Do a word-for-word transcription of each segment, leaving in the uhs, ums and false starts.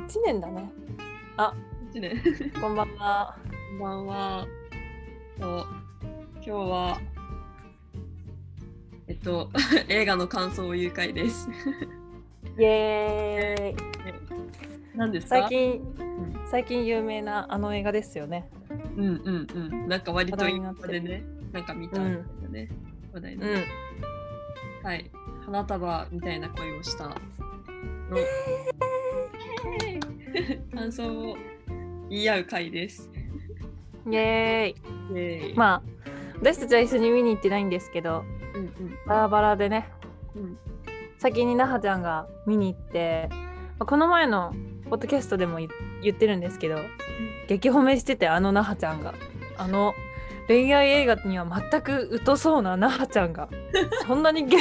ちねんだね。あ、 いちねん。 こんばんは。 こんばんは。と今日はえっと映画の感想を言う回です。 イエーイ。 何ですか？ 最近、 うん、 最近有名なあの映画ですよね。 うんうんうん。なんか割と一話題になって般でね、なんか見たんだよね。話題の。 うん。 はい。花束みたいな恋をしたの。感想を言い合う回です。 イエーイ。 イエーイ。 まあ、私たちは一緒に見に行ってないんですけど、 うんうんバラバラでね、 うん、 先になはちゃんが見に行って、この前のポッドキャストでも言ってるんですけど、うん、激褒めしてて、あのなはちゃんがあの恋愛映画には全く疎そうななはちゃんがそんなにゲ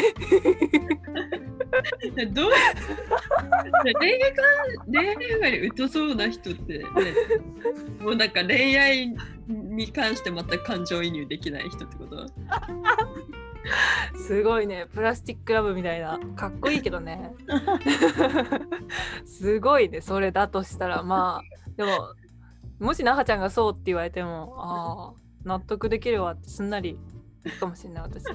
どう恋愛か恋愛映画に疎そうな人って、ね、もうなんか恋愛に関して全く感情移入できない人ってことすごいね、プラスティックラブみたいな、かっこいいけどねすごいね、それだとしたら。まあでももしなはちゃんがそうって言われても、ああ納得できるわってすんなりいくかもしれない私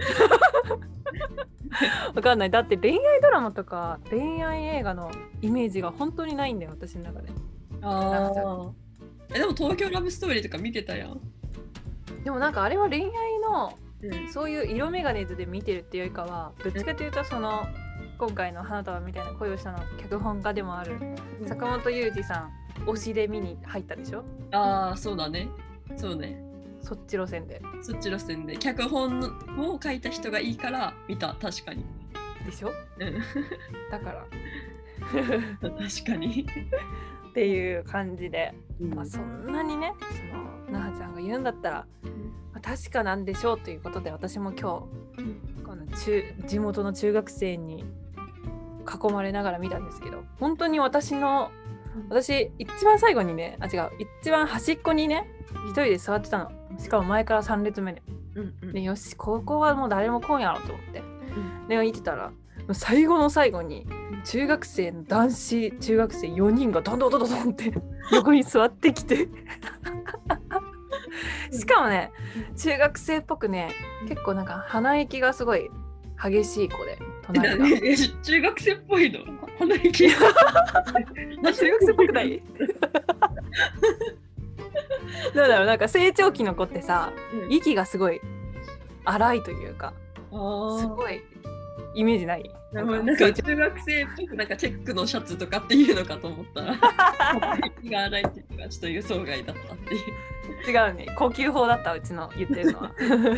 わかんない。だって恋愛ドラマとか恋愛映画のイメージが本当にないんだよ私の中で。 ああ。えでも東京ラブストーリーとか見てたやん。 でもなんかあれは恋愛の、 うん、そういう色眼鏡で見てるっていうよりかは、どっちかというとその今回の花束みたいな恋をしたの脚本家でもある坂本雄二さん推しで見に入ったでしょ。 ああそうだね。そうね。 そっち路線で。 そっち路線で脚本を書いた人がいいから見た。確かに。 でしょ。うん、だから確かにっていう感じで、 うん、 まあ、そんなにね、そのなはちゃんが言うんだったら、うん、まあ、確かなんでしょうということで、私も今日、うん、この中地元の中学生に囲まれながら見たんですけど、本当に私の私一番最後にね、あ違う一番端っこにね一人で座ってたの。しかも前からさん列目で、うんうん、でよしここはもう誰も来んやろと思って、うん、で見てたら最後の最後に中学生の男子中学生よにんがどんどんどんどんどんって横に座ってきてしかもね中学生っぽくね、結構なんか鼻息がすごい激しい子で、隣が中学生っぽいの鼻息中学生っぽくないなんだろう、なんか成長期の子ってさ、うん、息がすごい荒いというか、あすごいイメージない？ なんかなんか中学生っぽくなんかチェックのシャツとかっていうのかと思ったら息が荒いっていうのがちょっと予想外だったっていう。 違うね、呼吸法だった、うちの言ってるのは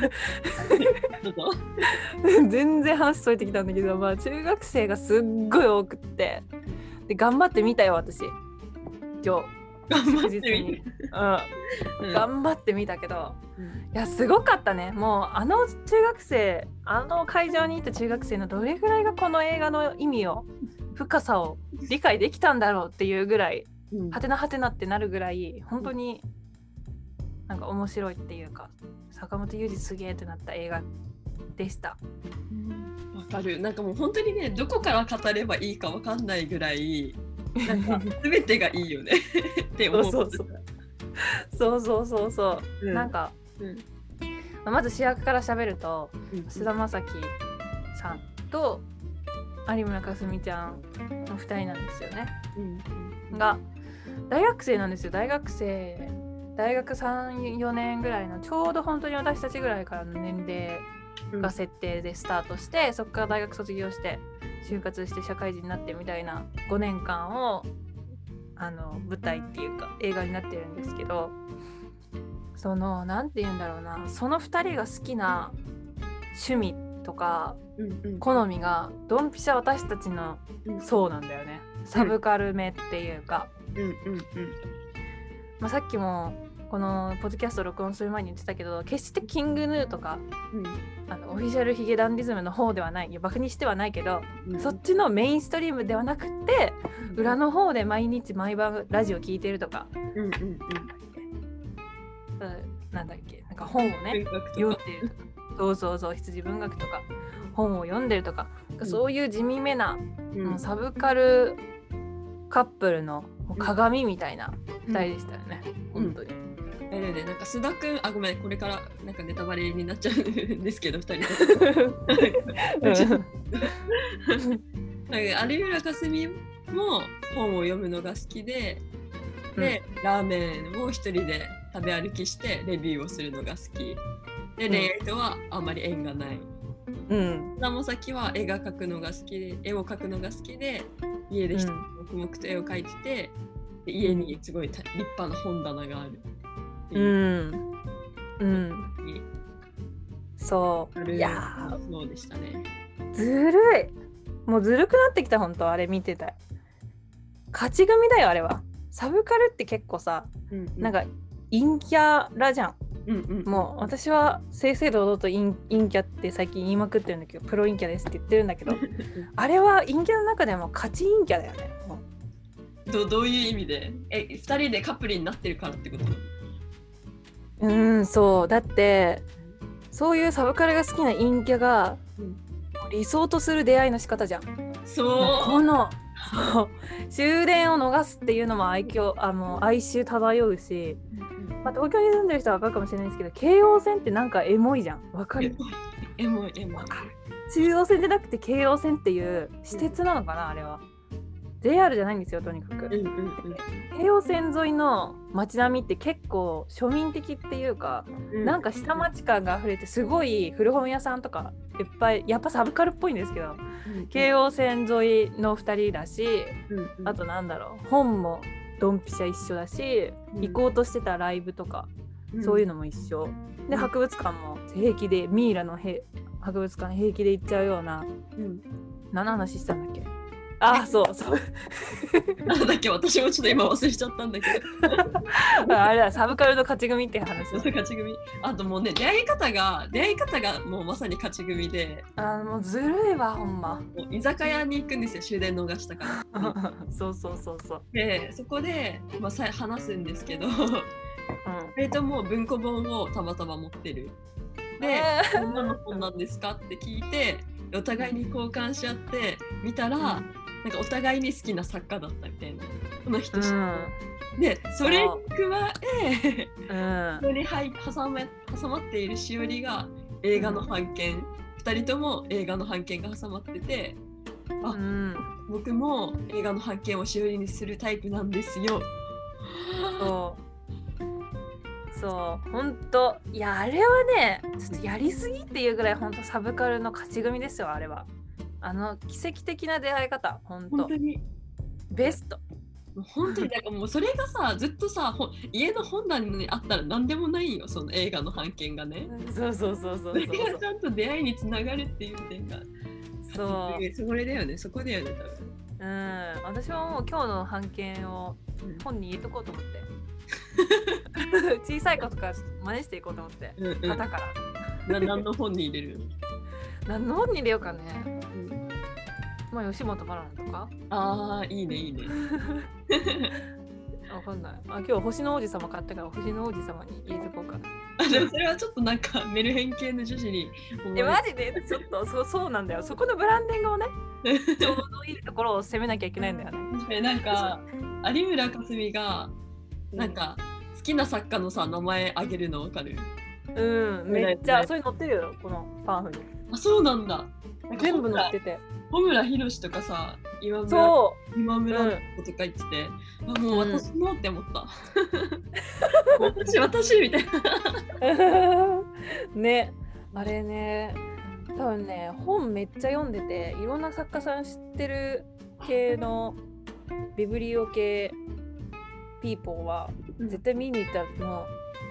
全然話それてきたんだけど、まあ中学生がすっごい多くって、で頑張ってみたよ私今日頑張ってみた、うんうん、頑張ってみたけど、うん、いやすごかったね。もうあの中学生、あの会場にいた中学生のどれぐらいがこの映画の意味を深さを理解できたんだろうっていうぐらい、うん、はてなはてなってなるぐらい本当になんか面白いっていうか、坂本雄二すげーってなった映画でした。 わかる。なんかもう本当にね、どこから語ればいいかわかんないぐらいなんか全てがいいよねって思う。 そうそうそうそうそうそう、うん、なんか、うんまあ、まず主役から喋ると、うん、菅田将暉さんと有村架純ちゃんのふたりなんですよね、うん、が大学生なんですよ。大学生大学さん、よねんぐらいのちょうど本当に私たちぐらいからの年齢が設定でスタートして、うん、そこから大学卒業して就活して社会人になってみたいなごねんかんをあの舞台っていうか映画になってるんですけど、そのなんて言うんだろうな、そのふたりが好きな趣味とか、うんうん、好みがドンピシャ私たちの層なんだよね、うん、サブカルめっていうか、うんうんうんまあ、さっきもこのポッドキャスト録音する前に言ってたけど、決してキングヌーとか、うん、あのオフィシャルヒゲダンディズムの方ではない、いやバカにしてはないけど、うん、そっちのメインストリームではなくて、うん、裏の方で毎日毎晩ラジオ聞いてるとか、うんうんうん、なんだっけ、なんか本をね読んでるとか、そうそうそう、羊文学とか本を読んでるとか、うん、そういう地味めな、うん、もうサブカルカップルの鏡みたいなふたりでしたよね、うん、本当に。 あれね、なんか須田くん、あ、ごめん、これからなんかネタバレになっちゃうんですけど、ふたりとなんか有村架純も本を読むのが好きで、で、うん、ラーメンを一人で食べ歩きしてレビューをするのが好きで、恋愛とはあまり縁がない。うん。菅田将暉は絵が描くのが好きで、絵を描くのが好きで、家で一人黙々と絵を描いてて、で家にすごい立派な本棚がある。 うん。うん。そう。 いやー、そうでしたね。 ずるい。もうずるくなってきた、本当あれ見てた。勝ち組だよ、あれは。サブカルって結構さ、うんうん、なんか陰キャラじゃん。うんうん、もう私は正々堂々と陰陰キャって最近言いまくってるんだけど、プロ陰キャですって言ってるんだけどあれは陰キャの中でも勝ち陰キャだよね。 ど, どういう意味でえふたりでカップルになってるからってこと？ うーん、そうだってそういうサブカルが好きな陰キャが、うん、理想とする出会いの仕方じゃん。 そうこの終電を逃すっていうのも愛嬌あの哀愁漂うし、まあ、東京に住んでる人は分かるかもしれないですけど、京王線ってなんかエモいじゃん。分かる？ エモいエモい。 中央線じゃなくて京王線っていう私鉄なのかな、あれは。ジェイアール じゃないんですよ、とにかく。うんうんうん、京王線沿いの街並みって結構庶民的っていうか、うん、なんか下町感があふれてすごい古本屋さんとかいっぱい、やっぱサブカルっぽいんですけど、うん、京王線沿いのふたりだし、うんうん、あとなんだろう、本もドンピシャ一緒だし、うん、行こうとしてたライブとか、うん、そういうのも一緒で、博物館も平気でミイラのへ博物館平気で行っちゃうような、うん、何の話したんだっけ？あ、そうそう。 なんだっけ、私もちょっと今忘れちゃったんだけど。 あれだ、サブカルの勝ち組って話。 そう、勝ち組。あともうね、出会い方が、出会い方がもうまさに勝ち組で。 あ、もうずるいわ、ほんま。 居酒屋に行くんですよ、終電逃したから。 そうそうそうそう。 で、そこで、まあ、さ話すんですけど、うん、それとも文庫本をたまたま持ってる。で、何の本なんですかって聞いて、お互いに交換し合って見たら、うん、なんかお互いに好きな作家だったみたいな、この人、うん、でそれに加え、うん、それに入挟め挟まっているしおりが映画の版権、うん、ふたりとも映画の版権が挟まってて、あ、うん、僕も映画の版権をしおりにするタイプなんですよ。 そうそうほんと、いやあれはねちょっとやりすぎっていうぐらいほんとサブカルの勝ち組ですよ、あれは。あの奇跡的な出会い方、ほんと本当にベスト。 本当になんかもうそれがさ、ずっとさ、家の本棚にあったら何でもないよ、その映画の版権がね。 そうそうそうそうそう。 それがちゃんと出会いにつながるっていう点が、 そうそれだよね、そこだよね、 多分。うん、私はもう今日の版権を本に入れとこうと思って。小さい子とか真似していこうと思って、うんうん、型からな何の本に入れる？ 何の本に入れようかね、うん、まあ吉本バナナとか。 ああ、いいねいいね。 わかんない。あ、今日星の王子様買ったから星の王子様に入れとこうかな。 あ、でもそれはちょっとなんかメルヘン系の女子に。 え、マジでちょっとそ う, そうなんだよ。そこのブランディングをねちょうどいいところを攻めなきゃいけないんだよね。 なんか有村架純がなんか好きな作家のさ名前あげるの分かる？ うん、めっちゃそれ載ってるよ、このパンフに。 あ、そうなんだ。 なんか全部載ってて、 穂村弘とかさ、今村そう今村の子とか言ってて、うん、あ、もう私のって思った、うん、私私みたいな。 ね、あれね、多分ね本めっちゃ読んでて、いろんな作家さん知ってる系のビブリオ系ピーポーは絶対見に行ったらもう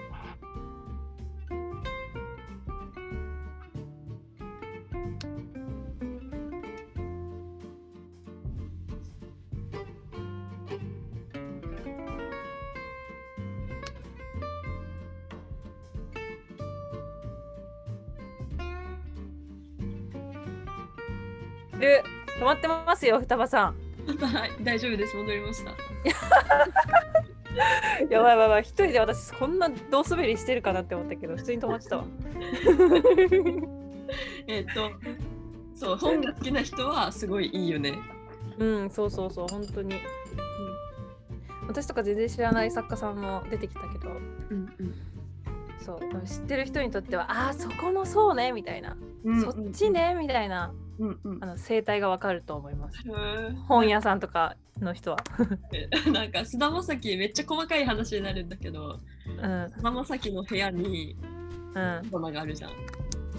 る止まってますよ、双葉さん。 大丈夫です、戻りました。 やばいやばいやばい、一人で私こんなどう滑りしてるかなって思ったけど普通に止まってたわ。 えっとそう、本が好きな人はすごいいいよね。 うん、そうそうそう、本当に私とか全然知らない作家さんも出てきたけど、 うんうん、 そう知ってる人にとってはあーそこのそうねみたいな、うんうん、そっちねみたいな、うんうん、あの生態がわかると思います。本屋さんとかの人はなんか菅田将暉めっちゃ細かい話になるんだけど、うん、菅田将暉の部屋にドラマがあるじゃん、うん、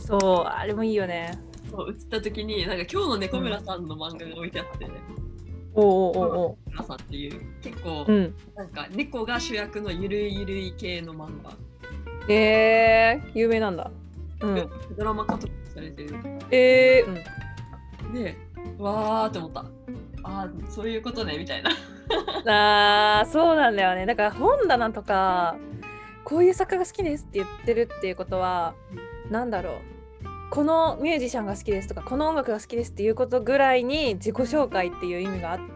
そうあれもいいよね。 そう映った時になんか今日の猫村さんの漫画が置いてあって、ね、 うん、おおおお猫村さんっていう結構、うん、なんか猫が主役のゆるいゆるい系の漫画。 えー、有名なんだ。 うん、ドラマ化とかされてる。 えー、 うん、でわーって思った。あーそういうことねみたいな。 あーそうなんだよね。だから本棚とかこういう作家が好きですって言ってるっていうことは、うん、なんだろうこのミュージシャンが好きですとかこの音楽が好きですっていうことぐらいに自己紹介っていう意味があって、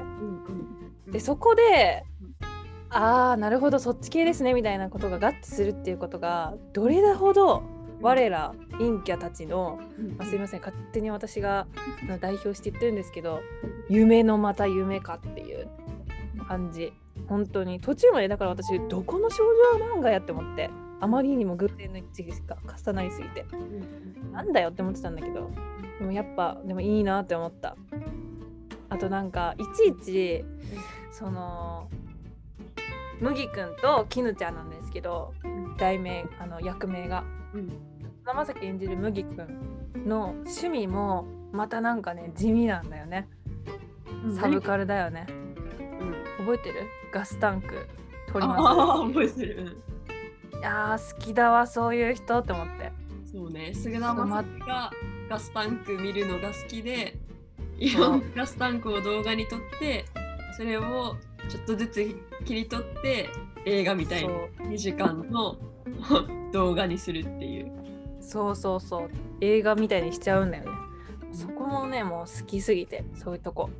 うんうん、でそこであーなるほどそっち系ですねみたいなことが合致するっていうことがどれだほど我ら陰キャたちの、まあ、すいません勝手に私が代表して言ってるんですけど夢のまた夢かっていう感じ。本当に途中までだから私どこの少女漫画やって思ってあまりにも偶然の一致が重なりすぎて、うん、なんだよって思ってたんだけどでもやっぱでもいいなって思った。あとなんかいちいちその麦くんと絹ちゃんなんですけど、うん、題名あの役名が、うん、生崎演じる麦くんの趣味もまたなんかね地味なんだよね、うん、サブカルだよね、うん、覚えてる？ガスタンク取ります。 ああ覚えてる。 いや好きだわそういう人って思って。 そうね菅田将暉がガスタンク見るのが好きでいろんなガスタンクを動画に撮ってそれをちょっとずつ切り取って映画みたいににじかんの動画にするっていう。 そうそうそう映画みたいにしちゃうんだよね。そこもねもう好きすぎてそういうとこ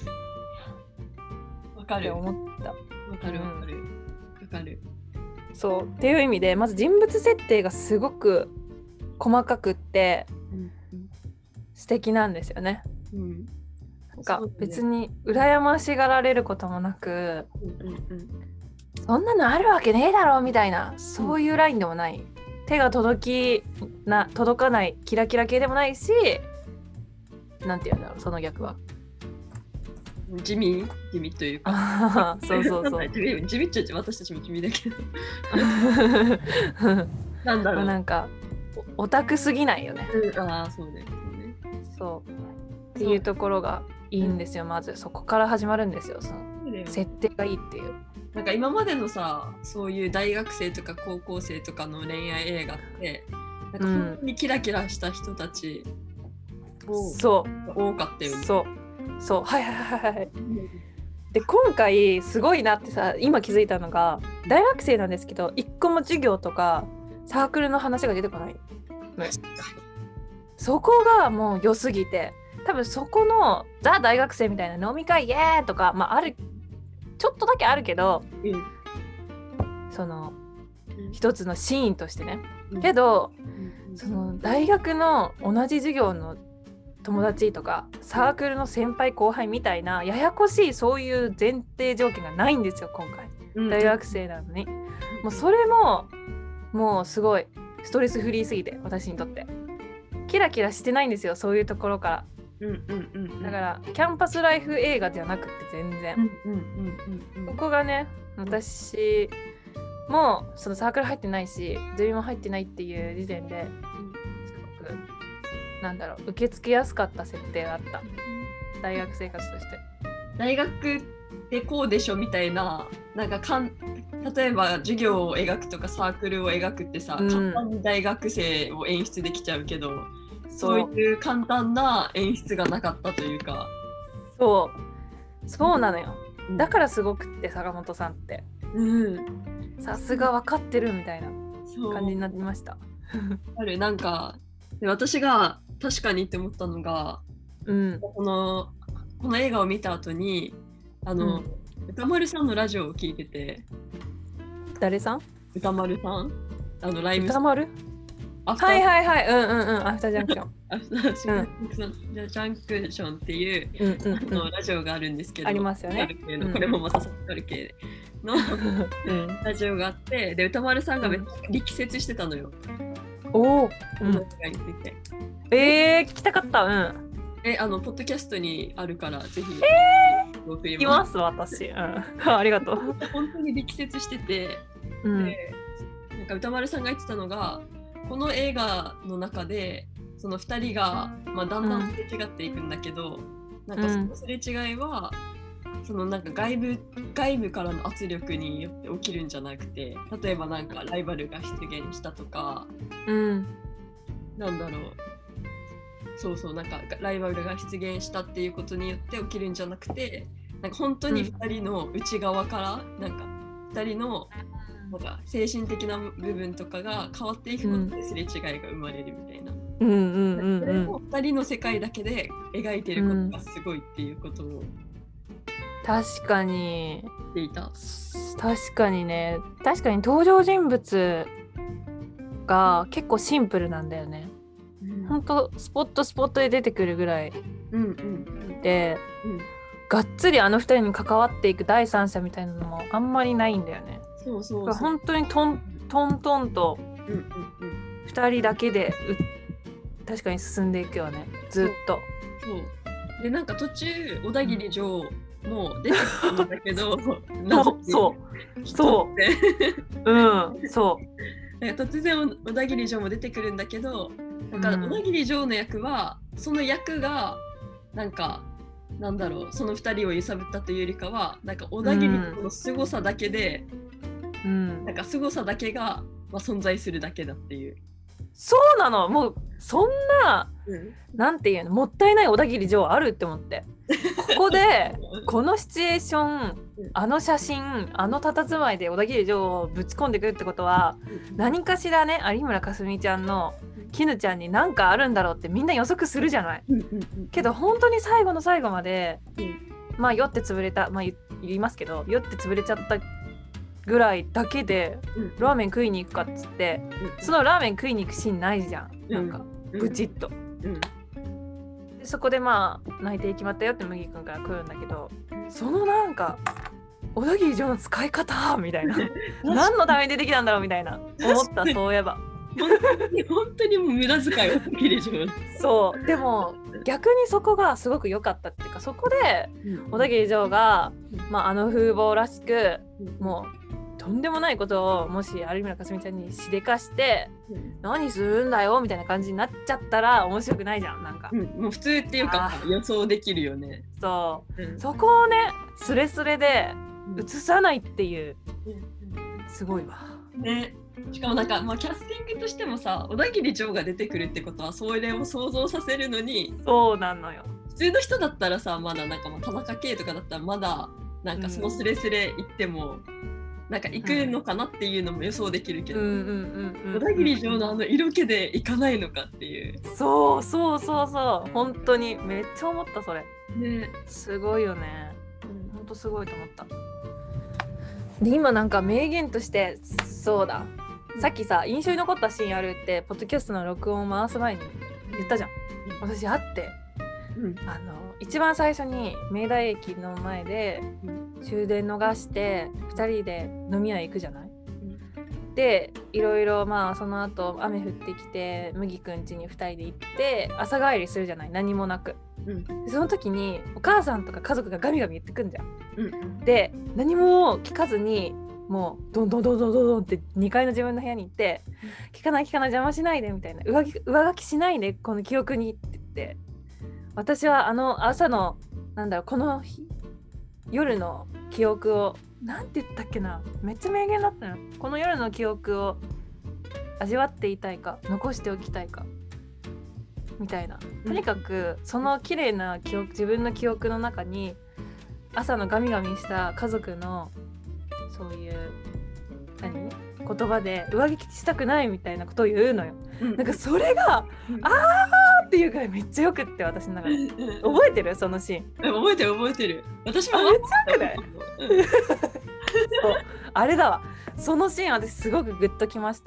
わかる思った。 わかるわかるわかる。 そうっていう意味でまず人物設定がすごく細かくって、うんうん、素敵なんですよね、うん、なんか別に羨ましがられることもなく、うんうんうん、そんなのあるわけねえだろみたいなそういうラインでもない、うん、手が届きな届かないキラキラ系でもないしなんていうんだろうその逆は地味地味というかそうそうそう地味地味っちゃ私たちも地味だけどなんだろう、まあ、 なんかオタクすぎないよね、 うん、ああそうねそうっていうところがいいんですよ。まずそこから始まるんですよその設定がいいっていう。 なんか今までのさそういう大学生とか高校生とかの恋愛映画ってなんか本当にキラキラした人たち、 うん、そう多かったよね。 そうそうはいはいはいはいで今回すごいなってさ今気づいたのが大学生なんですけど一個も授業とかサークルの話が出てこない、ね、そこがもう良すぎて多分そこのザ大学生みたいな飲み会イエーイとか、まあ、あるちょっとだけあるけど、うん、その、うん、一つのシーンとしてね、うん、けど、うん、その大学の同じ授業の友達とかサークルの先輩後輩みたいなややこしいそういう前提条件がないんですよ今回、うん、大学生なのに、もうそれももうすごいストレスフリーすぎて私にとってキラキラしてないんですよそういうところから、うんうんうんうん、だからキャンパスライフ映画じゃなくて全然、うんうんうんうん、ここがね私もそのサークル入ってないしゼミも入ってないっていう時点ですごくなんだろう受け付けやすかった設定だった大学生活として。 大学ってこうでしょみたいななんかかん例えば授業を描くとかサークルを描くってさ、うん、簡単に大学生を演出できちゃうけどそういう簡単な演出がなかったというかそうそうなのよ、うん、だからすごくって坂本さんってさすが分かってるみたいな感じになりました。 あるなんかで私が確かにって思ったのが、うん、このこの映画を見た後にあの、うん、歌丸さんのラジオを聞いてて。 誰さん？ 歌丸さんあのライブ歌丸アフター、 はいはいはい、うんうんうん、アフタージャンクション。 アフタージャンクションっていう、うんうんうん、あのラジオがあるんですけど、 ありますよね。 のこれもまたサブカル系の、うん、ラジオがあって、で歌丸さんがめっちゃ力説してたのよ。 おお、 うん、 えー、聞きたかった。うん。 え、あのポッドキャストにあるからぜひ。 えー、送ります私。うん、ありがとう。 本当に力説してて、うん、でなんか歌丸さんが言ってたのが、この映画の中でそのふたりが、まあ、だんだんすれ違っていくんだけど、うん、なんかそのすれ違いは、うん、そのなんか外部外部からの圧力によって起きるんじゃなくて、例えばなんかライバルが出現したとか、うん、なんだろう、そうそう、なんかライバルが出現したっていうことによって起きるんじゃなくて、なんか本当にふたりの内側から、うん、なんかふたりのなんか精神的な部分とかが変わっていくことですれ違いが生まれるみたいな。うんうんうんうん、それをふたりの世界だけで描いてることがすごいっていうことを、うん、 確かに言っていた。 確かにね、確かに登場人物が結構シンプルなんだよね。ほんとスポットスポットで出てくるぐらい、うんうん、で、うん、がっつりあのふたりに関わっていく第三者みたいなのもあんまりないんだよね。そうそうそう、本当にトントントンとふたりだけでう確かに進んでいくよね、ずっと。 そうそうで、なんか途中小田切城も出てくるんだけどそうそうそううんそうなんか突然小田切城も出てくるんだけど、なんか小田切城の役は、うん、その役がなんかなんだろう、そのふたりを揺さぶったというよりかは、なんか小田切城の凄さだけで、うん、なんか凄さだけが、まあ、存在するだけだっていう。 そうなの、もうそんな、うん、なんていうの、もったいない小田切城あるって思って、ここでこのシチュエーション、あの写真、あの佇まいで小田切城をぶち込んでくるってことは、何かしらね、有村架純ちゃんの絹ちゃんに何かあるんだろうってみんな予測するじゃない。けど本当に最後の最後まで、まあ酔って潰れた、まあ言いますけど、酔って潰れちゃったぐらいだけで、ラーメン食いに行くかっつって、そのラーメン食いに行くシーンないじゃん、なんかブチッと。でそこでまあ内定決まったよって麦君から来るんだけど、そのなんか小田切城の使い方みたいな何のために出てきたんだろうみたいな思った。そういえば本当に本当にもう無駄遣いをできるじゃん。 そうでも逆にそこがすごく良かったっていうか、そこで小田切城が、まあ、あの風貌らしく、もうとんでもないことをもし有村架純ちゃんにしでかして、うん、何するんだよみたいな感じになっちゃったら面白くないじゃん、なんか、 うん、もう普通っていうか予想できるよね。 そう、うん、そこをねスレスレで映さないっていう、うん、すごいわね。しかもなんか、まあ、キャスティングとしてもさ、小田切城が出てくるってことはそれを想像させるのに、 そうなのよ。 普通の人だったらさ、まだなんか田中圭とかだったらまだなんかそのスレスレ行っても、うん、なんか行くのかなっていうのも予想できるけど、小田切城のあの色気で行かないのかっていう。 そうそうそうそう、本当にめっちゃ思ったそれ。ね、すごいよね。うん、本当すごいと思った。で今なんか名言として、そうだ。さっきさ、印象に残ったシーンあるってポッドキャストの録音を回す前に言ったじゃん。私あって、うん、あの一番最初に明大駅の前で終電逃してふたりで飲み屋行くじゃない、うん、でいろいろまあその後雨降ってきて麦くん家にふたりで行って朝帰りするじゃない、何もなく、うん、でその時にお母さんとか家族がガミガミ言ってくんじゃん、うん、で何も聞かずにもうドンドンドンドンドンってにかいの自分の部屋に行って、うん、聞かない聞かない邪魔しないでみたいな、上書き、上書きしないでこの記憶にって言って、私はあの朝のなんだろう、この日夜の記憶をなんて言ったっけな、めっちゃ名言だったの。この夜の記憶を味わっていたいか残しておきたいかみたいな、とにかくその綺麗な記憶、自分の記憶の中に朝のガミガミした家族のそういう何言葉で上書きしたくないみたいなことを言うのよ、うん、なんかそれが、うん、あーっていうくらいめっちゃよくって、私の中で覚えてるそのシーン。 覚えてる覚えてる、私もめっちゃよくないそうあれだわ、そのシーン私すごくグッときました。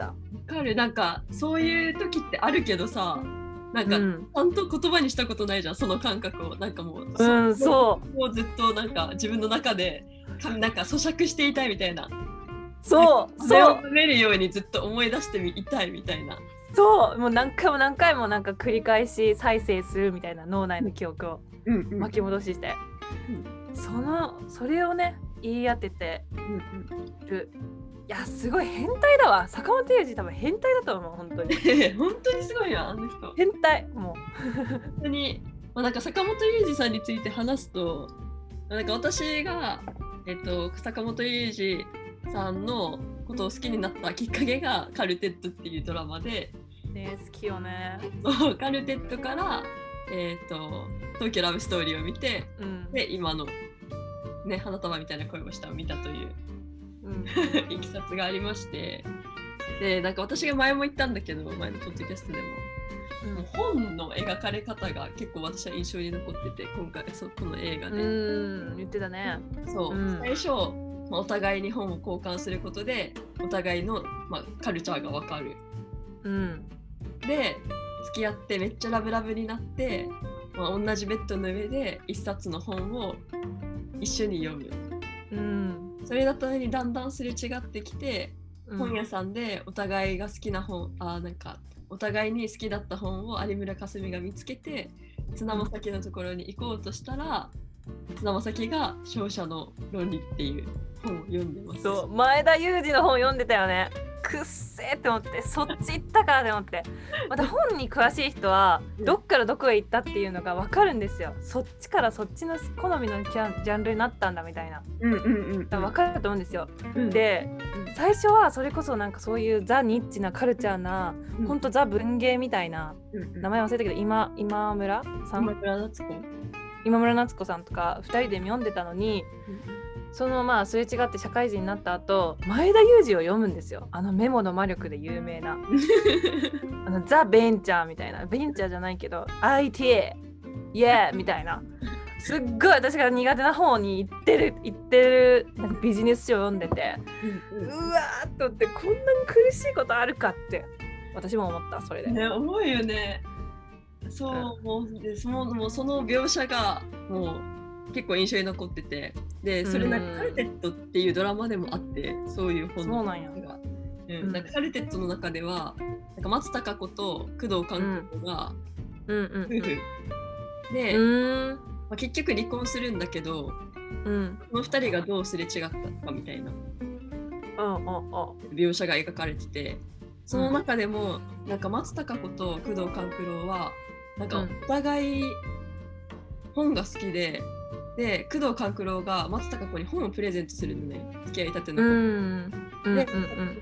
かる。なんかそういう時ってあるけどさ、なんか、うん、ちゃんと言葉にしたことないじゃん、その感覚を。なんかもう、 うん、そうもうずっとなんか自分の中でなんか咀嚼していたいみたいな。 そうそう。めるようにずっと思い出してみたいみたいな。 そう、もう何回も何回もなんか繰り返し再生するみたいな、脳内の記憶を巻き戻しして、うんうん、そのそれをね言い当ててる。うんうん、いやすごい変態だわ。坂本龍二多分変態だと思う、本当に。 本当にすごいよあの人。 変態もう。本当に、まあ、なんか坂本龍二さんについて話すと、なんか私がえっと坂本龍二さんのことを好きになったきっかけがカルテットっていうドラマで、 ね、好きよね。 そうカルテットから、えー、と東京ラブストーリーを見て、うん、で今の、ね、花束みたいな恋をしたを見たという、うん、いきさつがありまして、でなんか私が前も言ったんだけど、前のポッドキャストでも、うん、もう本の描かれ方が結構私は印象に残ってて、今回そこの映画で、 うん、言ってたね。 そう、うん、最初お互いに本を交換することでお互いの、まあ、カルチャーが分かる、うん、で付き合ってめっちゃラブラブになって、まあ、同じベッドの上で一冊の本を一緒に読む、うん、それだったのにだんだんすれ違ってきて、うん、本屋さんでお互いが好きな本、あなんかお互いに好きだった本を有村架純が見つけて綱間崎のところに行こうとしたら、綱間崎が勝者の論理っていう本を読んでます。 そう、前田裕二の本読んでたよね。くっせーって思って、そっち行ったかって思って。また本に詳しい人はどっからどこへ行ったっていうのが分かるんですよ。そっちからそっちの好みのジャン、ジャンルになったんだみたいな、うんうんうん、分かると思うんですよ、うん、で、うん、最初はそれこそなんかそういうザ・ニッチなカルチャーな、うん、ほんとザ・文芸みたいな、うんうん、名前忘れたけど今、今村さん、 今村夏子今村夏子さんとかふたりで読んでたのに、うん、そのまあすれ違って社会人になった後、前田裕二を読むんですよ。あのメモの魔力で有名なあのザ・ベンチャーみたいな、ベンチャーじゃないけど アイティー イエーみたいな、すっごい私が苦手な方に行ってる行ってるなんかビジネス書を読んでて、うんうん、うわーっとって、こんなに苦しいことあるかって私も思った。それでね、思うよね。そう、うん、もうでそのもうその描写がもう結構印象に残ってて、でそれなんかカルテットっていうドラマでもあって、そういう本のが、 うん、なんかカルテットの中ではなんか松たか子と工藤官九郎が夫婦で、うんまあ、結局離婚するんだけど、うん、このふたりがどうすれ違ったかみたいな描写が描かれてて、その中でもなんか松たか子と工藤官九郎はなんかお互い本が好きで、で工藤官九郎が松たか子に本をプレゼントするのね、付き合いたての子、うん、で、うんうんうん、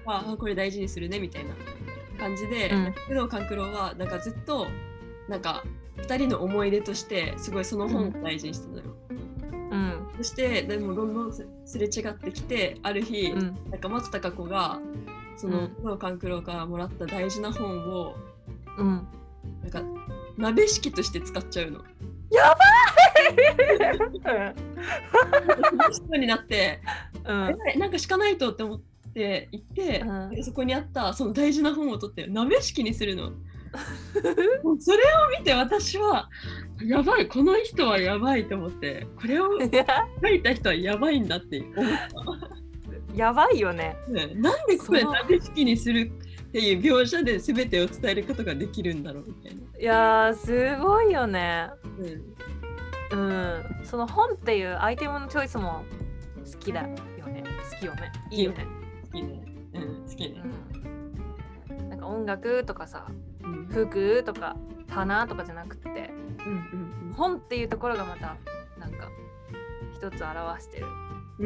あこれ大事にするねみたいな感じで、うん、工藤官九郎はなんかずっとなんかふたりの思い出としてすごいその本を大事にしてたのよ、うん、そしてでもどんどんすれ違ってきて、ある日、うん、なんか松たか子がその工藤官九郎からもらった大事な本を、うん、なんか鍋敷として使っちゃうの。 やばい人になって、うん、なんか敷かないとって思って行って、うん、そこにあったその大事な本を取って鍋敷にするのそれを見て私はやばい、この人はやばいと思って、これを書いた人はやばいんだって思ったやばいよね。 ね、なんでこれ鍋敷にするっていう描写で全てを伝えることができるんだろうみたいな。 いやーすごいよね、うん、うん、その本っていうアイテムのチョイスも好きだよね。好きよね。いいよね。 好きね。うん、好きね、 うん、なんか音楽とかさ、うん、服とか花とかじゃなくって、うんうんうん、本っていうところがまたなんか一つ表してる、うん、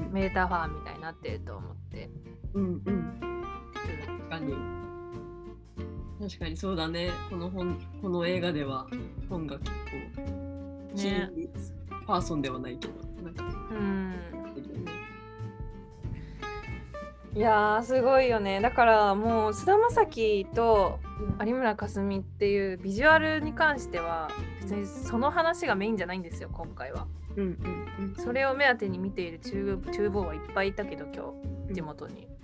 メーターファーみたいになってると思って、うんうん、 確かに確かにそうだね。この本、この映画では本が結構ね、パーソンではないけどなんか、うん、 いやーすごいよね。だからもう菅田将暉と有村架純っていうビジュアルに関しては別にその話がメインじゃないんですよ今回は、うんうんうん、それを目当てに見ている中厨房はいっぱいいたけど今日地元に、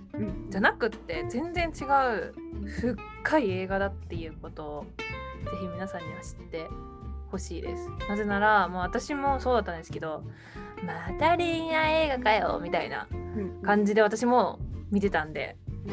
うん、じゃなくって全然違う深い映画だっていうことをぜひ皆さんには知ってほしいです。なぜならもう私もそうだったんですけど、また恋愛映画かよみたいな感じで私も見てたんで、うん、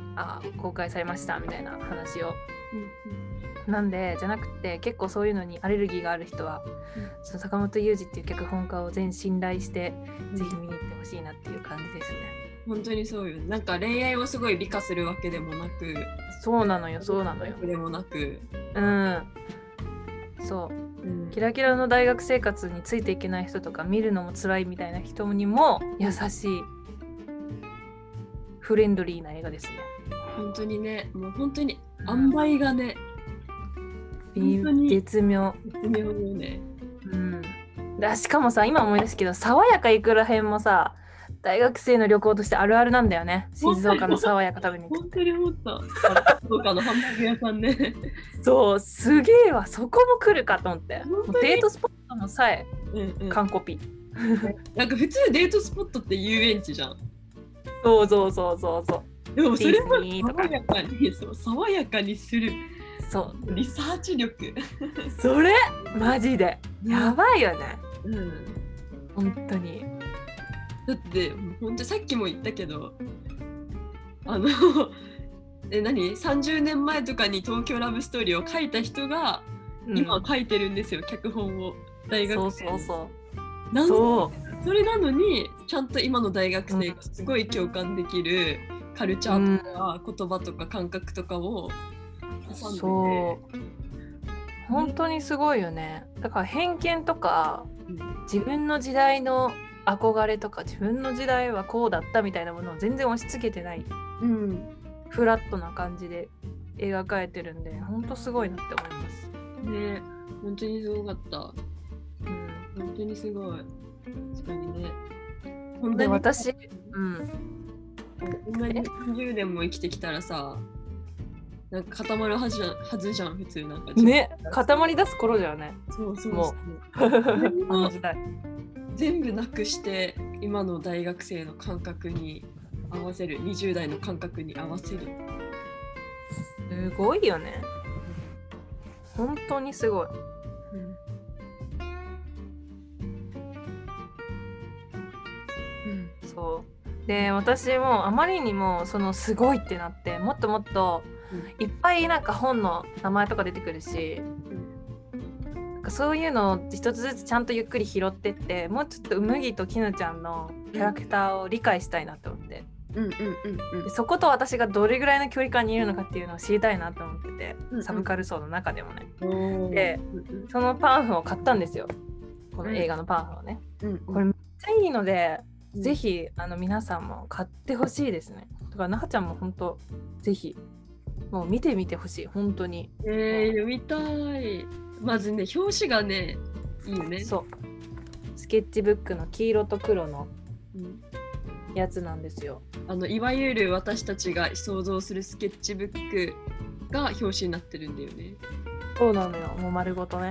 あ公開されましたみたいな話を、うん、なんでじゃなくて結構そういうのにアレルギーがある人は、うん、その坂本雄二っていう脚本家を全信頼して、うん、ぜひ見に行ってほしいなっていう感じですね。 本当にそうよ。なんか恋愛をすごい美化するわけでもなく、 そうなのよそうなのよでもなく、 うんそう、うん、キラキラの大学生活についていけない人とか見るのも辛いみたいな人にも優しいフレンドリーな映画ですね。 本当にね、もう本当に塩梅がね、 うん、本当に絶妙絶妙よね。 うん。だしかもさ今思い出すけど爽やかいくらへんもさ大学生の旅行としてあるあるなんだよね。静岡の爽やか食べに行く。 本当に思った。静岡のハンバーグ屋さんね。 そうすげえわそこも来るかと思って。もうデートスポットのさえ、うんうん、完コピ。 なんか普通デートスポットって遊園地じゃん。 そうそうそうそうそう。 でもそれも爽やかにそう爽やかにする。 そうリサーチ力。 それマジでやばいよね。 うん。 本当に。 だって本当さっきも言ったけどあのえ何さんじゅうねんまえとかに東京ラブストーリーを書いた人が今書いてるんですよ、うん、脚本を大学生。 そうそうそうなんそうそれなのにちゃんと今の大学生がすごい共感できるカルチャーとか言葉とか感覚とかを挟んでて、うん、そう本当にすごいよね。だから偏見とか、うん、自分の時代の憧れとか自分の時代はこうだったみたいなものを全然押し付けてない、うん、フラットな感じで描かれてるんで本当すごいなって思いますね。本当にすごかった、うん、本当にすごい。確かにね。 本当に私、うん、 こんなにさんじゅうねんも生きてきたらさなんか固まるはずじゃん、はずじゃん普通なんかね固まり出す頃じゃね。 そうそうそうもうあの時代全部なくして今の大学生の感覚に合わせるにじゅう代の感覚に合わせる。 すごいよね。本当にすごい、うんうん、そうで私もあまりにもそのすごいってなってもっともっといっぱいなんか本の名前とか出てくるし、そういうのを一つずつちゃんとゆっくり拾ってってもうちょっとうむぎときぬちゃんのキャラクターを理解したいなと思って、うんうんうんうん、でそこと私がどれぐらいの距離感にいるのかっていうのを知りたいなと思ってて、うんうん、サブカル層の中でもね、うん、で、うんうん、そのパンフを買ったんですよ。この映画のパンフをね、うんうん、これめっちゃいいので、うん、ぜひあの皆さんも買ってほしいですね。だからなはちゃんも本当ぜひもう見てみてほしい本当に。 えー、読みたい。まずね表紙がねいいよね。 そうスケッチブックの黄色と黒のやつなんですよ、 うん、あのいわゆる私たちが想像するスケッチブックが表紙になってるんだよね。 そうなのよもう丸ごとね、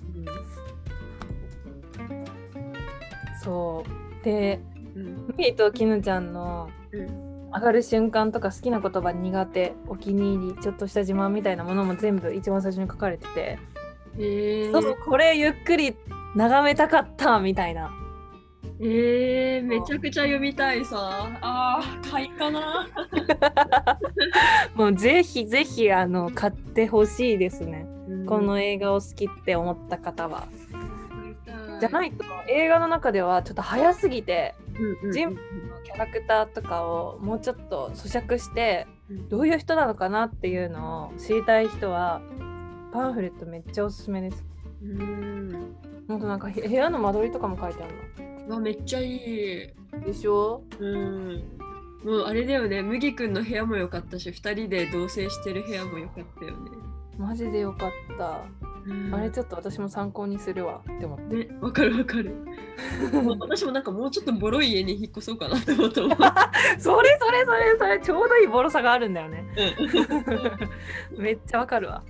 うん、そうでみー、うん、ときぬちゃんの、うん上がる瞬間とか好きな言葉苦手お気に入りちょっとした自慢みたいなものも全部一番最初に書かれてて、 えー、 そうこれゆっくり眺めたかったみたいな。 えー、めちゃくちゃ読みたいさあー買いかなもうぜひぜひあの買ってほしいですね、うん、この映画を好きって思った方は。じゃないと映画の中ではちょっと早すぎて、うんうん、人物のキャラクターとかをもうちょっと咀嚼してどういう人なのかなっていうのを知りたい人はパンフレットめっちゃおすすめです。うーんほんとなんか部屋の間取りとかも書いてあるの。わめっちゃいいでしょ。 うんもうあれだよね麦くんの部屋も良かったしふたりで同棲してる部屋も良かったよね。 マジで良かった。あれちょっと私も参考にするわって思って。 ね、わかるわかる。私もなんかもうちょっとボロい家に引っ越そうかなって思った。それそれそれそれちょうどいいボロさがあるんだよね。めっちゃわかるわ。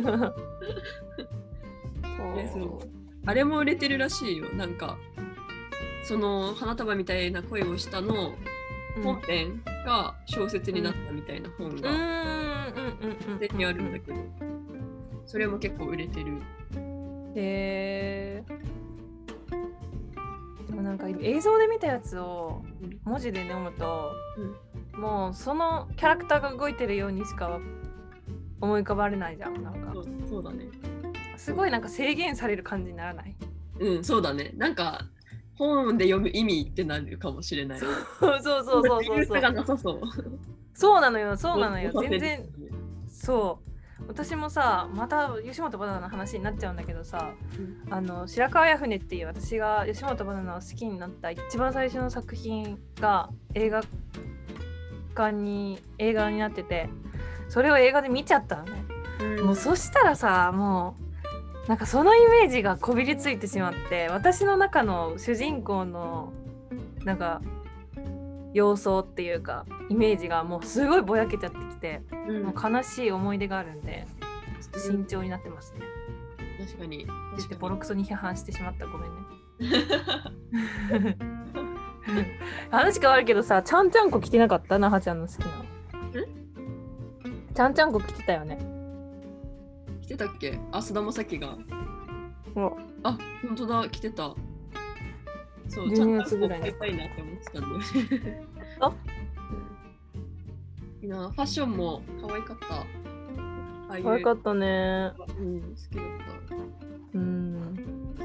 そうそうあれも売れてるらしいよ。なんかその花束みたいな恋をしたの本編が小説になったみたいな本が手にあるんだけど、それも結構売れてる。 へえー、でもなんか映像で見たやつを文字で読むと、うん、もうそのキャラクターが動いてるようにしか思い浮かばれないじゃん。なんかそう、そうだね。 すごいなんか制限される感じにならない？ うん、そうだね。なんか本で読む意味ってなるかもしれない。 そうそうそうそうそうそう。 がなさそう。 そうなのよ、そうなのよ。全然そう。私もさ、また吉本バナナの話になっちゃうんだけどさ、うん、あの白川や船っていう私が吉本バナナを好きになった一番最初の作品が映画館に映画になってて、それを映画で見ちゃったのね。うん、もうそしたらさ、もうなんかそのイメージがこびりついてしまって、私の中の主人公のなんか様相っていうかイメージがもうすごいぼやけちゃってきて、うん、もう悲しい思い出があるんでちょっと慎重になってますね。 うん、確かに。 そしてボロクソに批判してしまった。ごめんね。話変わるけどさ、ちゃんちゃんこ着てなかった？なはちゃんの好きな。ちゃんちゃんこ着てたよね。 着てたっけ？あ、菅田将暉が。あ、本当だ、着てた。そう、 じゅうにがつぐらいに着たいなって思ってたんだよね。あ、いいな、ファッションも可愛かった。 可愛かったね。 うん、好きだった。うん。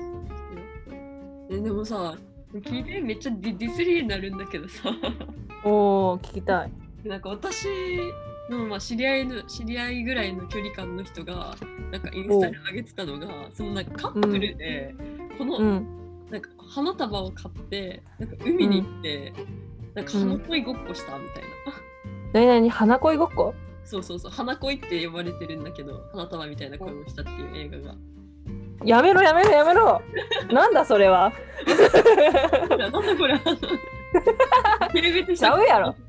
え、でもさ、聞いてめっちゃディ、ディスリーになるんだけどさ。 おー、聞きたい。 なんか私の、まあ、知り合いの知り合いぐらいの距離感の人がなんかインスタに上げてたのが、そのなんかカップルで、うん、この、うん、なんか花束を買ってなんか海に行って、うん、なんか花恋ごっこしたみたいな。 なになに花恋ごっこ？ そうそうそう、花恋って呼ばれてるんだけど、花束みたいな恋をしたっていう映画が。 やめろやめろやめろ。なんだそれは。 なんだこれ。 ちゃうやろ。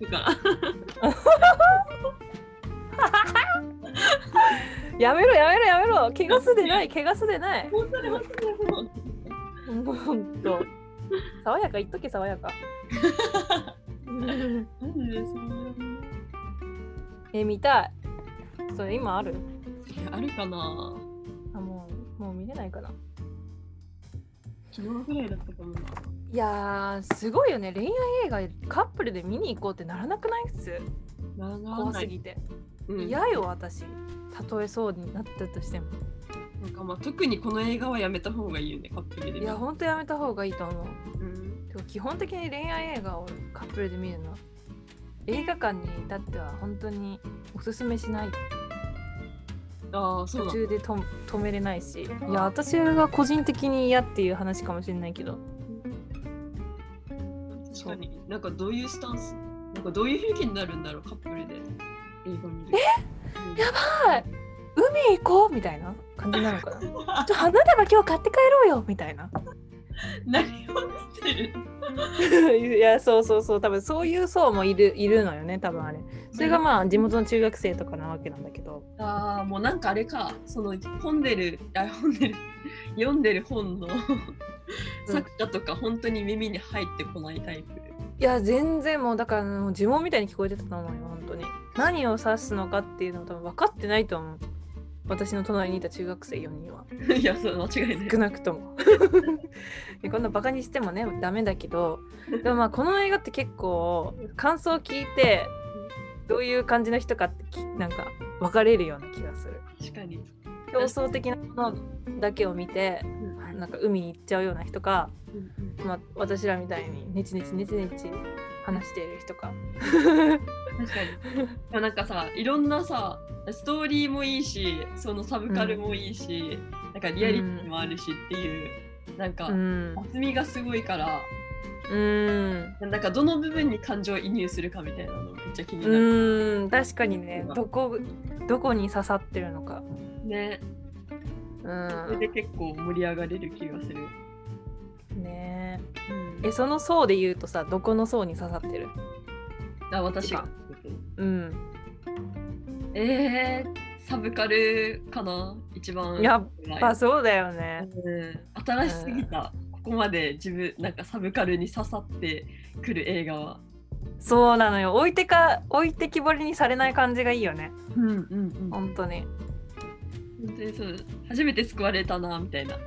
やめろやめろやめろ。怪我すでない怪我すでない。ほんと。爽やか言っとけ爽やか。え、見たい。それ今ある？ あるかな。 あ、もうもう見れないかな。 昨日ぐらいだったかもな。 いやーすごいよね。恋愛映画カップルで見に行こうってならなくない？普通怖すぎて、うん、嫌よ私。たとえそうになったとしてもなんかまあ特にこの映画はやめた方がいいよね、カップルで。 いやほんとやめた方がいいと思う、うん、でも基本的に恋愛映画をカップルで見るの映画館に至っては本当におすすめしない。 あ、そうだ。 途中でと止めれないし、いや私が個人的に嫌っていう話かもしれないけど、 確かになんかどういうスタンス、なんかどういう雰囲気になるんだろう、カップルで映画見る。 え、うん、やばい、海行こうみたいな感じなのかな。ちょっと花束今日買って帰ろうよみたいな。 何を見てる？ いやそうそうそう、多分そういう層もいるいるのよね、多分あれ。それがまあ地元の中学生とかなわけなんだけど。 ああ、もうなんかあれか、その本でるあ本でる読んでる本の作者とか本当に耳に入ってこないタイプ。 いや全然もうだからもう呪文みたいに聞こえてたと思うよ本当に。何を指すのかっていうのを多分分かってないと思う。私の隣にいた中学生よにんは。 いや、そう間違いない。 少なくとも。こんなバカにしてもねダメだけど、でもまあこの映画って結構感想を聞いてどういう感じの人かってなんか分かれるような気がする。 確かに。 表層的なものだけを見て、うん、なんか海に行っちゃうような人か、うん、まあ、私らみたいにネチネチネチネチ話している人か。 確かに。なんかさ、いろんなさストーリーもいいし、そのサブカルもいいし、うん、なんかリアリティもあるしっていう、うん、なんか厚みがすごいから、うん、なんかどの部分に感情を移入するかみたいなのめっちゃ気になる。 うん、確かにね、どこどこに刺さってるのかね。うん。それで結構盛り上がれる気がする。 ねえ。うん、え、その層で言うとさ、どこの層に刺さってる？ あ、私が。 うん。 えー、サブカルかな一番。 やっぱそうだよね。 うん、新しすぎた、うん、ここまで自分なんかサブカルに刺さってくる映画は。 そうなのよ。置いてか置いてきぼりにされない感じがいいよね。 うんうんうん。 本当に。 本当にそう。初めて救われたなみたいな。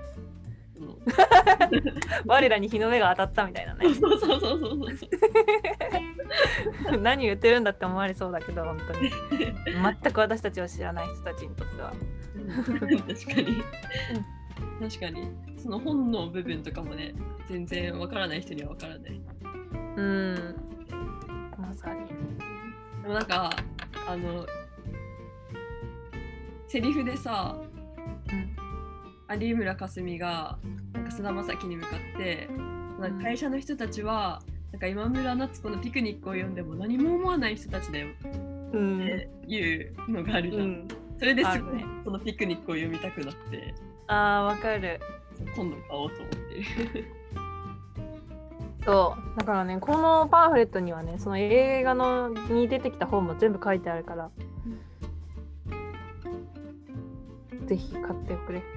我らに日の目が当たったみたいなね。 そうそうそうそうそうそう。何言ってるんだって思われそうだけど本当に全く私たちを知らない人たちにとっては。 確かに、うん、確かにその本の部分とかもね全然わからない人にはわからない。 うん。まさに。 でもなんかあのセリフでさ、うん、有村架純がなんか菅田将暉に向かってなんか会社の人たちはなんか今村夏子のピクニックを読んでも何も思わない人たちだよっていうのがあるじゃん、うん、それですごい、ね、そのピクニックを読みたくなって、 あーわかる、 今度買おうと思ってるそうだからね、このパンフレットにはねその映画のに出てきた本も全部書いてあるから、うん、ぜひ買ってくれ。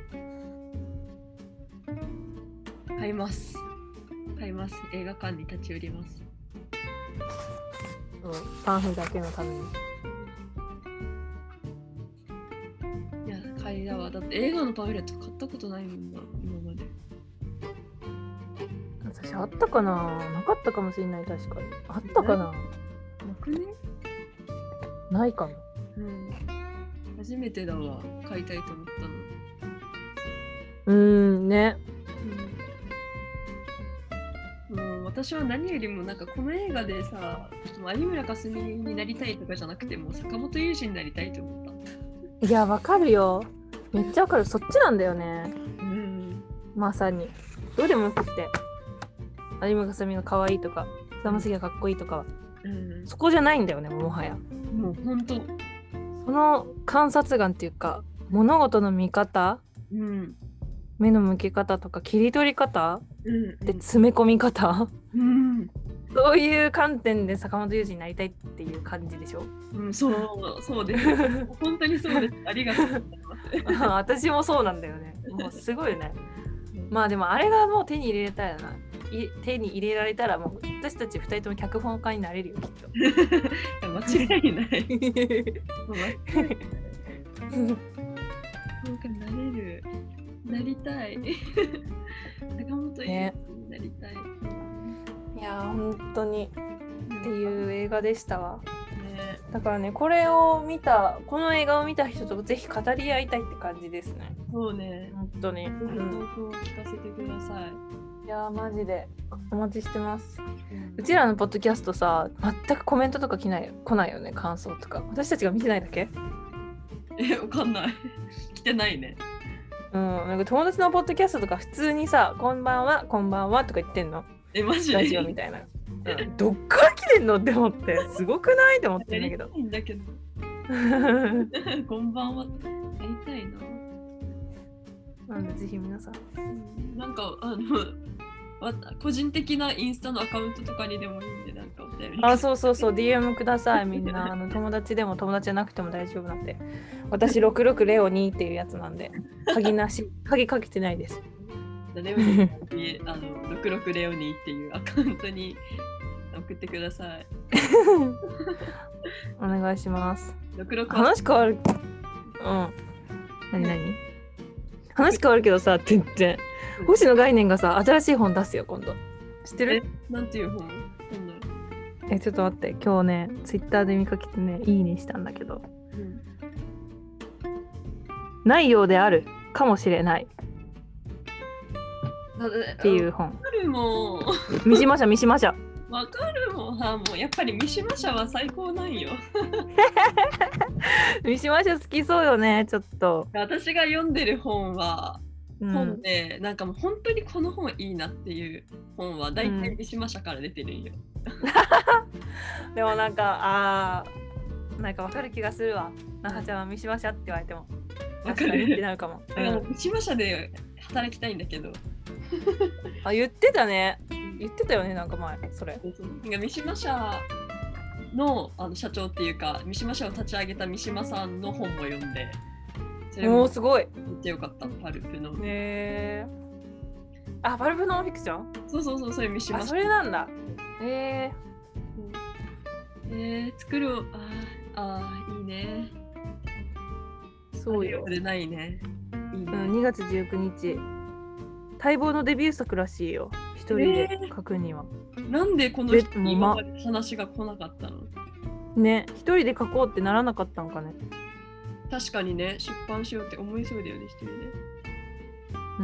買います買います。映画館に立ち寄ります。 うん、パンフだけのために。 いや買いだわ。だって映画のパンフレット買ったことないもんな今まで。 私あったかな、なかったかもしれない。確かにあったかな。なくね？ ないかも。 うん。初めてだわ買いたいと思ったの。 うーんね。 私は何よりもなんかこの映画でさ、有村架純になりたいとかじゃなくても坂本龍二になりたいと思った。 いやわかるよ、めっちゃわかる。そっちなんだよね、 うん、 まさに。どうでもよくって有村架純が可愛いとか菅田将暉がかっこいいとかは、うん、そこじゃないんだよね。もはやもうほんとその観察眼っていうか物事の見方、 うん、 目の向け方とか切り取り方、うん、で詰め込み方、 うん、 そういう観点で坂本龍二になりたいっていう感じでしょ。 うん、そうそうです本当にそうです。ありがとうございます私もそうなんだよね。もうすごいねまあでもあれがもう手に入れたらな、手に入れられたらもう私たちふたりとも脚本家になれるよきっと間違いない間違いないそうかなれるなりたい坂本龍二になりたい、ね、 いや本当にっていう映画でしたわ、ね、だからねこれを見たこの映画を見た人とぜひ語り合いたいって感じですね。 そうね本当に、うん、 聞かせてください。 いやマジでお待ちしてます、うん、うちらのポッドキャストさ全くコメントとか来ない来ないよね。感想とか私たちが見てないだけ？ えわかんない来てないね。 うん、なんか友達のポッドキャストとか普通にさこんばんはこんばんはとか言ってんの。 えマジでラジオみたいな、うん、どっから来てんのって思ってすごくないって思ってんだけど。 やりたいんだけどこんばんはやりたいな。 なんでぜひ皆さん、 うん、なんかあの個人的なインスタのアカウントとかにでもいいんでなんかお便り。 あそうそうそう ディーエム くださいみんなあの友達でも友達じゃなくても大丈夫なんで。私ろくろくレオにっていうやつなんで鍵なし鍵かけてないです。 誰もあのろくろくレオニーっていうアカウントに送ってくださいお願いします。 ろくろく話変わる。うん何何話変わるけどさ全然星野概念がさ新しい本出すよ今度。知ってる？ えなんていう本？ えちょっと待って今日ねツイッターで見かけてねいいねしたんだけど、うん、ないようであるかもしれないっていう本。わかるもん。 三島社三島社。 わかるもん。はもうやっぱり三島社は最高なんよ。 三島社好きそうよねちょっと。 私が読んでる本は、うん、本でなんかもう本当にこの本いいなっていう本はだいたい三島社から出てるんよ。 うん、でもなんかあーなんかわかる気がするわ。なはちゃんは三島社って言われても。 わかるってなるかも。 うん、三島社で働きたいんだけど。 あ言ってたね。言ってたよねなんか前それ。 三島社の、あの社長っていうか三島社を立ち上げた三島さんの本も読んで。それもすごい。 めっちゃよかったパルプの。 へー。あパルプノンフィクション？ そうそうそうそれ三島社。 あそれなんだ。へえー、作るああいいね。 そうよ。 でないね。いいね。 うん、にがつじゅうくにち待望のデビュー作らしいよ。一人で書くには、 えー、なんでこの人に今まで話が来なかったのね。一人で書こうってならなかったんかね。 確かにね、出版しようって思いそうだよね、一人で。 うん、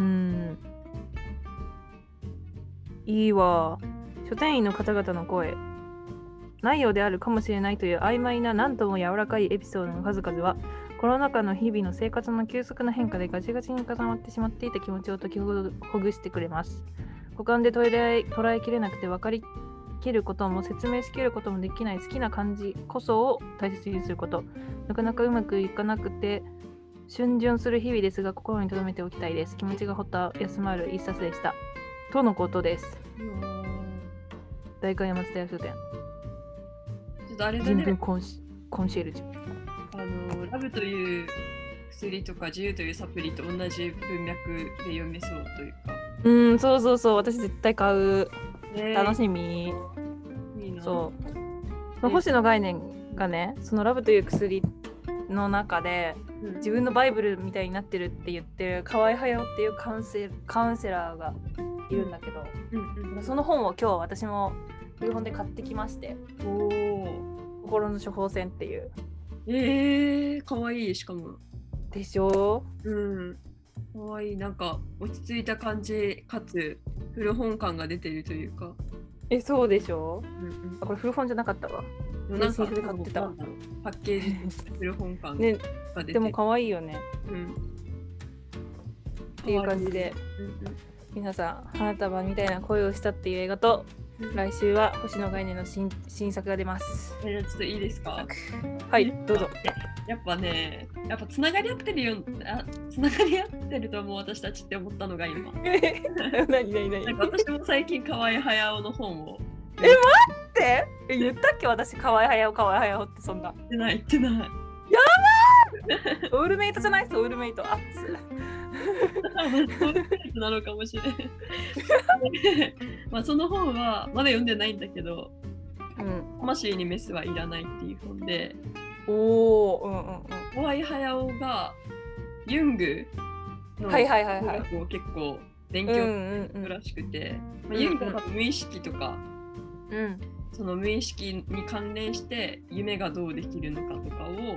いいわ。書店員の方々の声、内容であるかもしれないという曖昧な何とも柔らかいエピソードの数々は、コロナ禍の日々の生活の急速な変化でガチガチに固まってしまっていた気持ちを解きほぐしてくれます。五感で捉え、捉えきれなくて分かりきることも説明しきることもできない好きな感じこそを大切にすること。なかなかうまくいかなくて逡巡する日々ですが、心に留めておきたいです。気持ちがほった休まる一冊でした。とのことです。代官山津田屋書店。 ちょっとあれだね。 人文コンシ、コンシェルジュ。 あのラブという薬とか自由というサプリと同じ文脈で読めそうというか。 うん、そうそうそう、私絶対買う。ね、楽しみ。 いいな。 そう。その星野概念がね、そのラブという薬の中で、うん、自分のバイブルみたいになってるって言ってる河合隼っていうカウンセカウンセラーがいるんだけど、うんうん、その本を今日私も古本で買ってきまして、お心の処方箋っていう。 えー、かわいい。しかもでしょ。 うん、かわいい。なんか落ち着いた感じかつ古本感が出てるというか。 え、そうでしょ、うんうん、あ、これ古本じゃなかったわ。 なんかで買ってたわ。パッケージ古本感が出て、 ね、でもかわいいよね、 うん、 っていう感じで、うんうん、皆さん花束みたいな恋をしたっていう映画と、うん、来週は星野概念の 新, 新作が出ます。 えー、ちょっといいですか。 はい、どうぞ。 やっぱね、やっぱつながり合ってるよ、あ、つながり合ってると思う私たちって思ったのが今。 何何何。 なんか私も最近河合隼の本を。 え、待ってえ、言ったっけ私河合隼河合隼ってそんな。 言ってない言ってない。やばーソウルメイトじゃないソウルメイト。あっつ。 ソウルメイトなのかもしれない。まあその本はまだ読んでないんだけど、うん、魂にメスはいらないっていう本で、 おー、うんうんうん。 河合隼がユングのはいはいはいはい。 を結構勉強するらしくて、まあ、ユングは無意識とか、うん、その無意識に関連して夢がどうできるのかとかを、うんうん、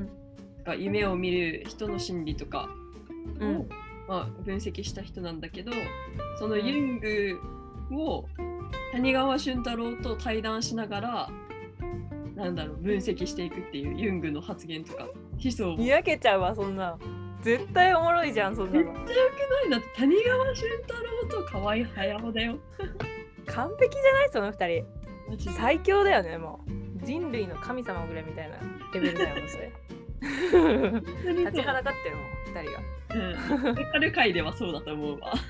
とか夢を見る人の心理とかを、うんまあ、分析した人なんだけど、そのユングを谷川俊太郎と対談しながらなんだろう分析していくっていうユングの発言とか思想を。 にやけちゃうわそんな。絶対おもろいじゃんそんなの。 めっちゃよくない？だって谷川俊太郎と河合隼だよ。 完璧じゃないそのふたり。最強だよね。もう人類の神様ぐらいみたいなレベルだよそれ。立ちはだかってるもんふたりが。 うん。メカル界ではそうだと思うわ。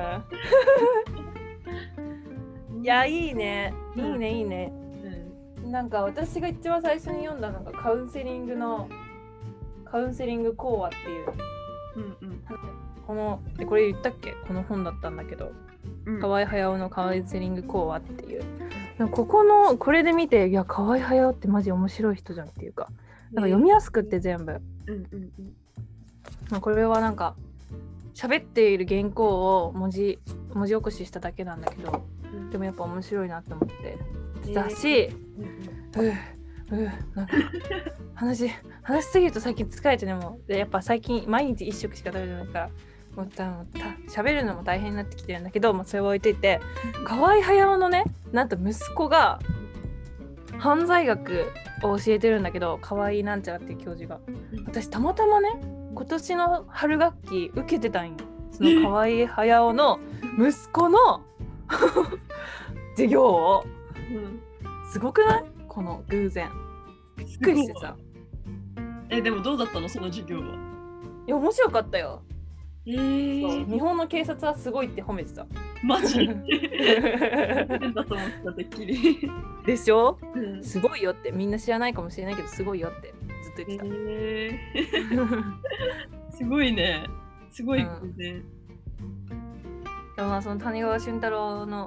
うん、いやいいねいいねいいね。うん、なんか私が一番最初に読んだのがカウンセリングのカウンセリング講話っていう、うんうん、このでこれ言ったっけこの本だったんだけど、うん、河合隼のカウンセリング講話っていう。ここのこれで見ていや河合隼ってマジ面白い人じゃんっていうか、なんか読みやすくって全部、うんうんうんまあ、これはなんか喋っている原稿を文字文字起こししただけなんだけど、うん、でもやっぱ面白いなと思ってだし、うんうん、ううなんか話話しすぎると最近疲れてねもうでやっぱ最近毎日一食しか食べてないからもうた喋るのも大変になってきてるんだけど、まあ、それを置いといて河合隼のねなんと息子が犯罪学を教えてるんだけど河合なんちゃらっていう教授が私たまたまね今年の春学期受けてたんよその河合隼の息子の授業を、うん、すごくないこの偶然びっくりしてさえでもどうだったのその授業は。 いや面白かったよ。 えー、 日本の警察はすごいって褒めてた。 マジ変だと思ったてっきりでしょ、うん、すごいよってみんな知らないかもしれないけどすごいよってずっと言ってた、 えー、すごいねすごい偶然、 うん、でもまあその谷川俊太郎の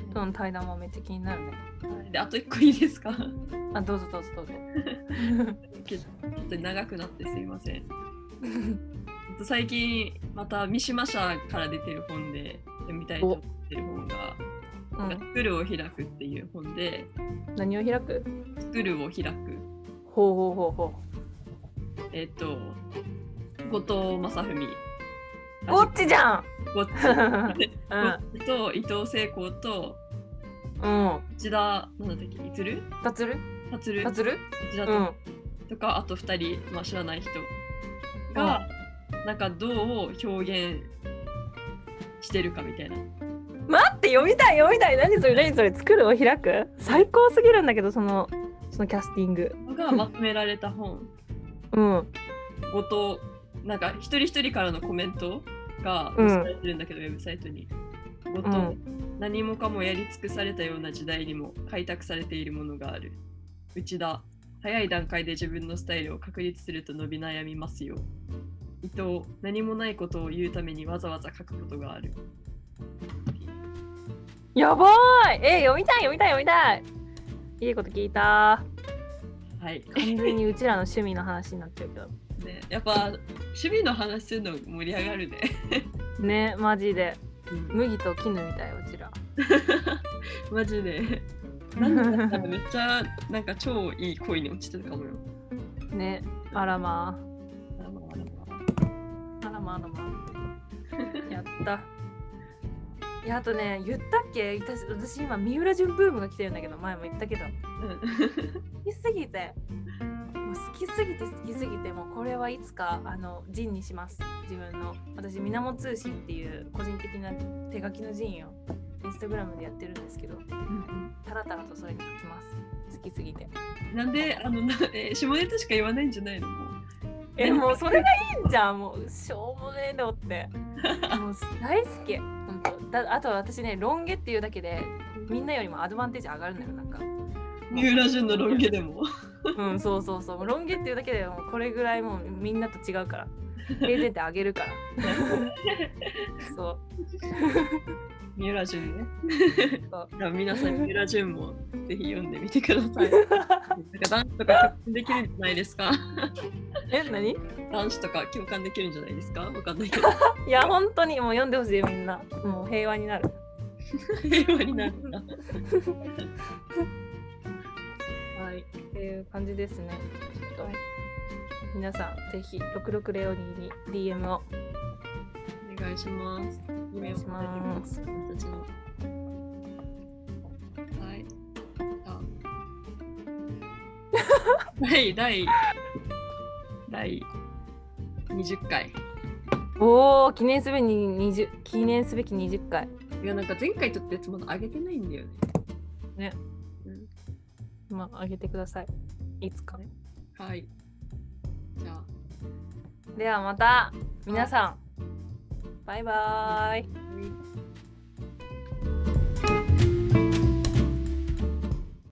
との対談もめっちゃ気になるね。 で、あと一個いいですか？ あ、どうぞどうぞどうぞ。 ちょっと長くなってすいません。最近また三島社から出てる本で読みたいと思ってる本が「うん、作るを開く」っていう本で。 何を開く？ 作るを開く。 ほうほうほうほう。えっ、ー、と後藤正文。 ゴッチじゃん。 ゴッチ。ゴッチと伊藤聖子と、 うん、 内田なんだっけ、いつる？ たつる？ たつる？ たつる？ 内田と、うん、とかあとふたり、まあ、知らない人が、うん、なんかどう表現してるかみたいな。 待って読みたい読みたい。何それ何それ。作るを開く？最高すぎるんだけどそのそのキャスティングがまとめられた本。 うん。 ごとなんか一人一人からのコメントが載せられてるんだけど、うん、ウェブサイトに。ごと、うん、何もかもやり尽くされたような時代にも開拓されているものがある。内田、早い段階で自分のスタイルを確立すると伸び悩みますよ。伊藤、何もないことを言うためにわざわざ書くことがある。 やばい。え、読みたい読みたい読みたい。いいこと聞いた。 はい。 完全にうちらの趣味の話になっちゃうけど。 ね、やっぱ趣味の話するの盛り上がるね。 ね、マジで。うん、麦と絹みたいうちら。 マジで。なんだったらめっちゃなんか超いい恋に落ちてたかもよ。 ね、あらまあ。あらまあらまあ。あらまあらまあ。やった。いやあとね言ったっけ？私, 私今三浦淳ブームが来てるんだけど前も言ったけど、うん、好きすぎてもう好きすぎて好きすぎてもうこれはいつかあのジンにします。自分の私みなも通信っていう個人的な手書きのジンをインスタグラムでやってるんですけど、うん、たらたらとそれに書きます。好きすぎて。 なんであのな、えー、下ネタしか言わないんじゃないの？もうえもうそれがいいんじゃん。もうしょうもねえのってもう大好き。本当だ。あと私ねロン毛っていうだけでみんなよりもアドバンテージ上がるのよ。なんか三浦淳のロン毛でもうんそうそうそう。ロン毛っていうだけでもこれぐらいもうみんなと違うから平然って上げるからそう三浦淳ね。皆さん三浦淳もぜひ読んでみてください。なんかダンスとか共感できるんじゃないですか？ え、何？ ダンスとか共感できるんじゃないですか？わかんないけど。 いや本当にもう読んでほしいみんな。もう平和になる。 平和になるんだ。 はい、っていう感じですね。ちょっと皆さんぜひろくろくゼロにに ディーエム をお願いします。 お願いします。 私たちのはい。第第第にじゅっかい。 おお、記念すべきにじゅう記念すべきにじゅっかい。 いやなんか前回撮ったやつまだ上げてないんだよね。 ね。うん。まあ上げてください。いつか。 はい。じゃあ。 ではまた皆さん。バイバーイ。